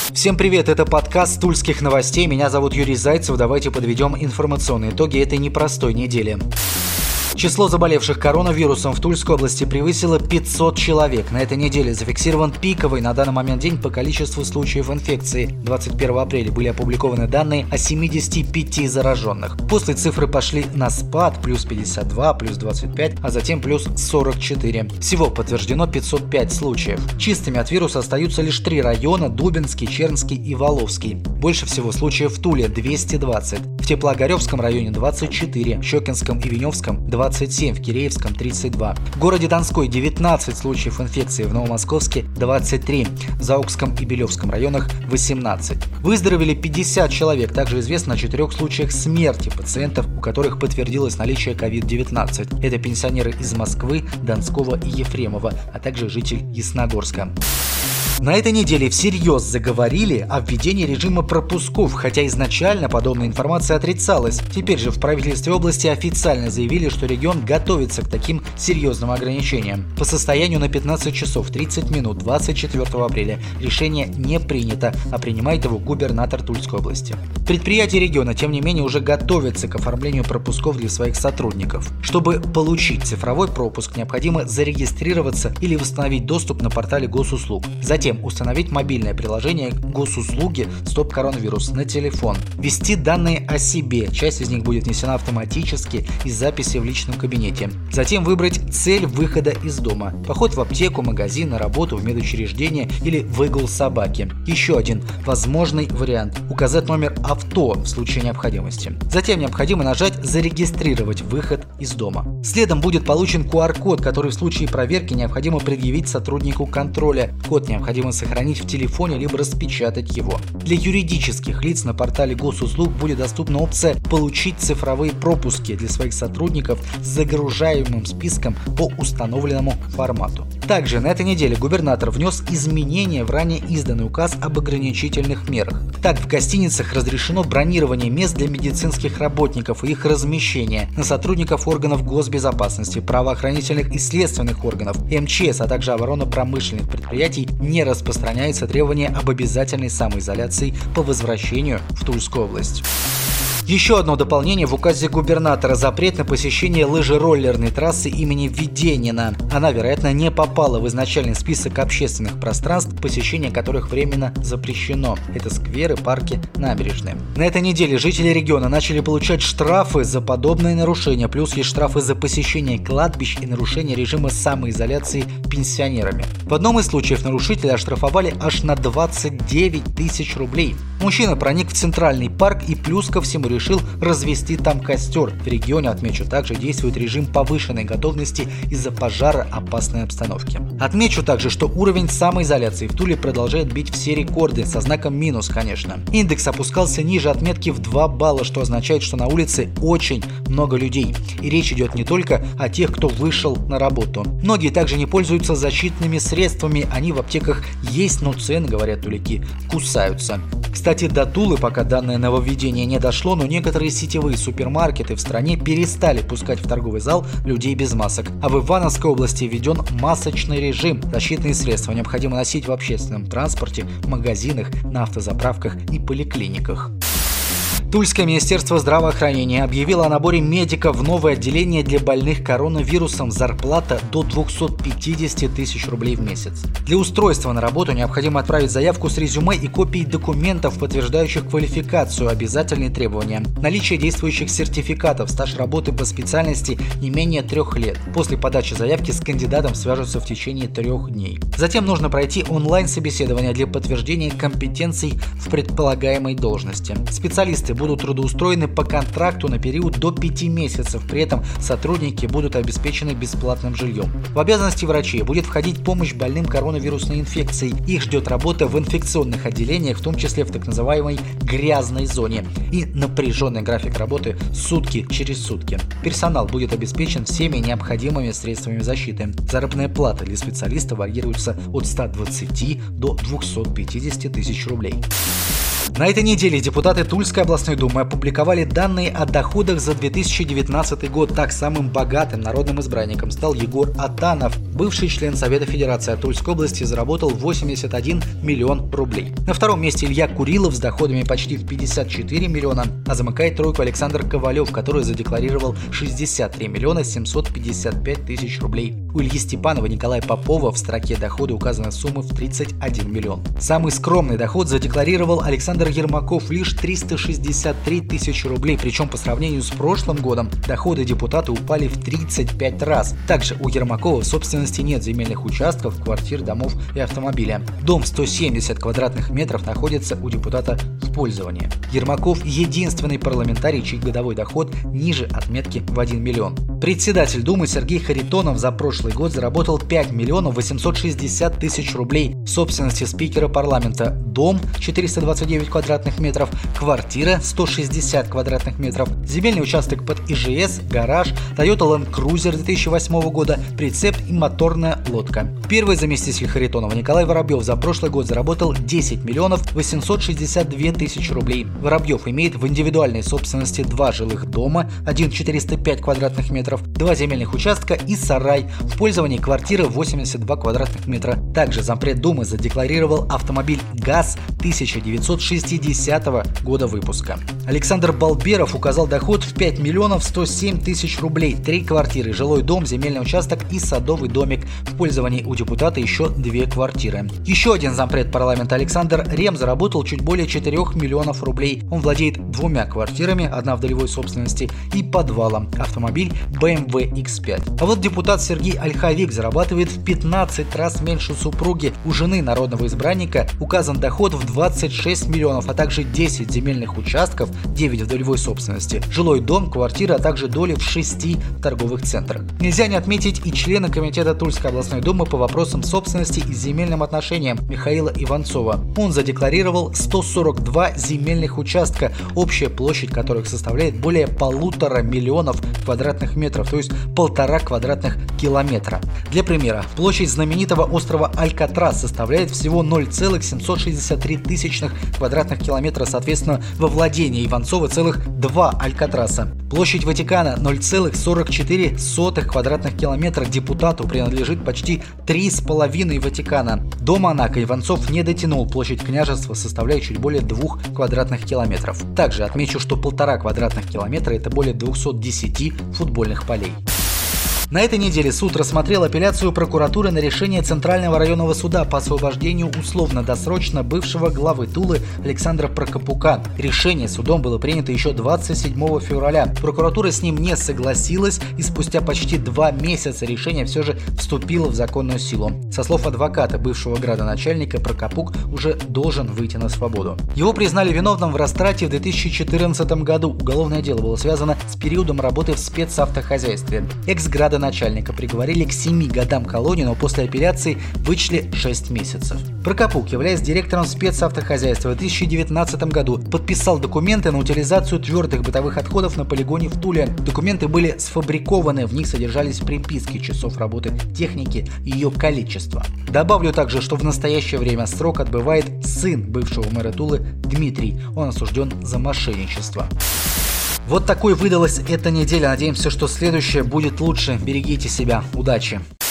Всем привет, это подкаст Тульских новостей. Меня зовут Юрий Зайцев. Давайте подведем информационные итоги этой непростой недели. Число заболевших коронавирусом в Тульской области превысило 500 человек. На этой неделе зафиксирован пиковый на данный момент день по количеству случаев инфекции. 21 апреля были опубликованы данные о 75 зараженных. После цифры пошли на спад, плюс 52, плюс 25, а затем плюс 44. Всего подтверждено 505 случаев. Чистыми от вируса остаются лишь 3 района – Дубинский, Чернский и Воловский. Больше всего случаев в Туле – 220. В Теплоогаревском районе – 24, в Щекинском и Веневском – 27, в Киреевском – 32. В городе Донской – 19 случаев инфекции, в Новомосковске – 23, в Заокском и Белевском районах – 18. Выздоровели 50 человек. Также известно о 4 случаях смерти пациентов, у которых подтвердилось наличие COVID-19. Это пенсионеры из Москвы, Донского и Ефремова, а также житель Ясногорска. На этой неделе всерьез заговорили о введении режима пропусков, хотя изначально подобная информация отрицалась. Теперь же в правительстве области официально заявили, что регион готовится к таким серьезным ограничениям. По состоянию на 15 часов 30 минут 24 апреля решение не принято, а принимает его губернатор Тульской области. Предприятия региона, тем не менее, уже готовятся к оформлению пропусков для своих сотрудников. Чтобы получить цифровой пропуск, необходимо зарегистрироваться или восстановить доступ на портале госуслуг. Затем установить мобильное приложение госуслуги «Стоп коронавирус» на телефон. Ввести данные о себе. Часть из них будет внесена автоматически из записи в личном кабинете. Затем выбрать цель выхода из дома. Поход в аптеку, магазин, на работу, в медучреждение или выгул собаки. Еще один возможный вариант – указать номер авто в случае необходимости. Затем необходимо нажать «Зарегистрировать выход из дома». Следом будет получен QR-код, который в случае проверки необходимо предъявить сотруднику контроля. Код необходимо сохранить в телефоне либо распечатать его. Для юридических лиц на портале госуслуг будет доступна опция «Получить цифровые пропуски» для своих сотрудников с загружаемым списком по установленному формату. Также на этой неделе губернатор внес изменения в ранее изданный указ об ограничительных мерах. Так, в гостиницах разрешено бронирование мест для медицинских работников и их размещение на сотрудников органов госбезопасности, правоохранительных и следственных органов, МЧС, а также оборонно-промышленных предприятий не распространяется требование об обязательной самоизоляции по возвращению в Тульскую область. Еще одно дополнение в указе губернатора – запрет на посещение лыжероллерной трассы имени Веденина. Она, вероятно, не попала в изначальный список общественных пространств, посещение которых временно запрещено. Это скверы, парки, набережные. На этой неделе жители региона начали получать штрафы за подобные нарушения, плюс есть штрафы за посещение кладбищ и нарушение режима самоизоляции пенсионерами. В одном из случаев нарушителя оштрафовали аж на 29 тысяч рублей. Мужчина проник в Центральный парк и плюс ко всему решил развести там костер. В регионе, отмечу, также действует режим повышенной готовности из-за пожара опасной обстановки. Отмечу также, что уровень самоизоляции в Туле продолжает бить все рекорды, со знаком минус, конечно. Индекс опускался ниже отметки в 2 балла, что означает, что на улице очень много людей. И речь идет не только о тех, кто вышел на работу. Многие также не пользуются защитными средствами, они в аптеках есть, но цены, говорят туляки, кусаются. Кстати, до Тулы пока данное нововведение не дошло, но некоторые сетевые супермаркеты в стране перестали пускать в торговый зал людей без масок. А в Ивановской области введен масочный режим. Защитные средства необходимо носить в общественном транспорте, магазинах, на автозаправках и поликлиниках. Тульское министерство здравоохранения объявило о наборе медиков в новое отделение для больных коронавирусом. Зарплата до 250 тысяч рублей в месяц. Для устройства на работу необходимо отправить заявку с резюме и копией документов, подтверждающих квалификацию, обязательные требования. Наличие действующих сертификатов, стаж работы по специальности не менее 3 лет. После подачи заявки с кандидатом свяжутся в течение 3 дней. Затем нужно пройти онлайн-собеседование для подтверждения компетенций в предполагаемой должности. Специалисты будут трудоустроены по контракту на период до 5 месяцев. При этом сотрудники будут обеспечены бесплатным жильем. В обязанности врачей будет входить помощь больным коронавирусной инфекцией. Их ждет работа в инфекционных отделениях, в том числе в так называемой грязной зоне. И напряженный график работы сутки через сутки. Персонал будет обеспечен всеми необходимыми средствами защиты. Заработная плата для специалиста варьируется от 120 до 250 тысяч рублей. На этой неделе депутаты Тульской областной думы опубликовали данные о доходах за 2019 год. Так, самым богатым народным избранником стал Егор Атанов. Бывший член Совета Федерации от Тульской области заработал 81 миллион рублей. На втором месте Илья Курилов с доходами почти в 54 миллиона, а замыкает тройку Александр Ковалев, который задекларировал 63 миллиона 755 тысяч рублей. У Ильи Степанова и Николая Попова в строке дохода указана сумма в 31 миллион. Самый скромный доход задекларировал Александр Ермаков, лишь 363 тысячи рублей, причем по сравнению с прошлым годом доходы депутата упали в 35 раз. Также у Ермакова в собственности нет земельных участков, квартир, домов и автомобиля. Дом 170 квадратных метров находится у депутата в пользовании. Ермаков – единственный парламентарий, чей годовой доход ниже отметки в 1 миллион. Председатель Думы Сергей Харитонов за прошлый год заработал 5 миллионов 860 тысяч рублей в собственности спикера парламента. Дом 429 квадратных метров, квартира 160 квадратных метров, земельный участок под ИЖС, гараж, Toyota Land Cruiser 2008 года, прицеп и моторная лодка. Первый заместитель Харитонова Николай Воробьев за прошлый год заработал 10 миллионов 862 тысячи рублей. Воробьев имеет в индивидуальной собственности 2 жилых дома, 405 квадратных метров, 2 земельных участка и сарай. В пользовании квартира 82 квадратных метра. Также зампред Думы задекларировал автомобиль ГАЗ 1960 года выпуска. Александр Балберов указал доход в 5 миллионов 107 тысяч рублей. 3 квартиры, жилой дом, земельный участок и садовый домик. В пользовании у депутата еще 2 квартиры. Еще один зампред парламента Александр Рем заработал чуть более 4 миллионов рублей. Он владеет 2 квартирами, 1 в долевой собственности, и подвалом. Автомобиль BMW X5. А вот депутат Сергей Ольховик зарабатывает в 15 раз меньше супруги. У жены народного избранника указан доход в 26 миллионов, а также 10 земельных участков, 9 в долевой собственности, жилой дом, квартира, а также доли в 6 торговых центрах. Нельзя не отметить и члена комитета Тульской областной думы по вопросам собственности и земельным отношениям Михаила Иванцова. Он задекларировал 142 земельных участка, общая площадь которых составляет более 1,5 миллионов квадратных метров, то есть 1,5 квадратных километра. Для примера, площадь знаменитого острова Алькатрас составляет всего 0,763 тысячных квадратных километра, соответственно, во владении Иванцова целых 2 Алькатраса. Площадь Ватикана 0,44 квадратных километра, депутату принадлежит почти 3,5 Ватикана. До Монако Иванцов не дотянул, площадь княжества составляет чуть более 2 квадратных километров. Также отмечу, что 1,5 квадратных километра это более 210 футбольных полей. На этой неделе суд рассмотрел апелляцию прокуратуры на решение Центрального районного суда по освобождению условно-досрочно бывшего главы Тулы Александра Прокопука. Решение судом было принято еще 27 февраля. Прокуратура с ним не согласилась, и спустя почти 2 месяца решение все же вступило в законную силу. Со слов адвоката бывшего градоначальника, Прокопук уже должен выйти на свободу. Его признали виновным в растрате в 2014 году. Уголовное дело было связано с периодом работы в спецавтохозяйстве. Экс-градоначальника приговорили к 7 годам колонии, но после апелляции вычли 6 месяцев. Прокопук, являясь директором спецавтохозяйства, в 2019 году подписал документы на утилизацию твердых бытовых отходов на полигоне в Туле. Документы были сфабрикованы, в них содержались приписки часов работы техники и ее количества. Добавлю также, что в настоящее время срок отбывает сын бывшего мэра Тулы Дмитрий. Он осужден за мошенничество. Вот такой выдалась эта неделя. Надеемся, что следующая будет лучше. Берегите себя. Удачи!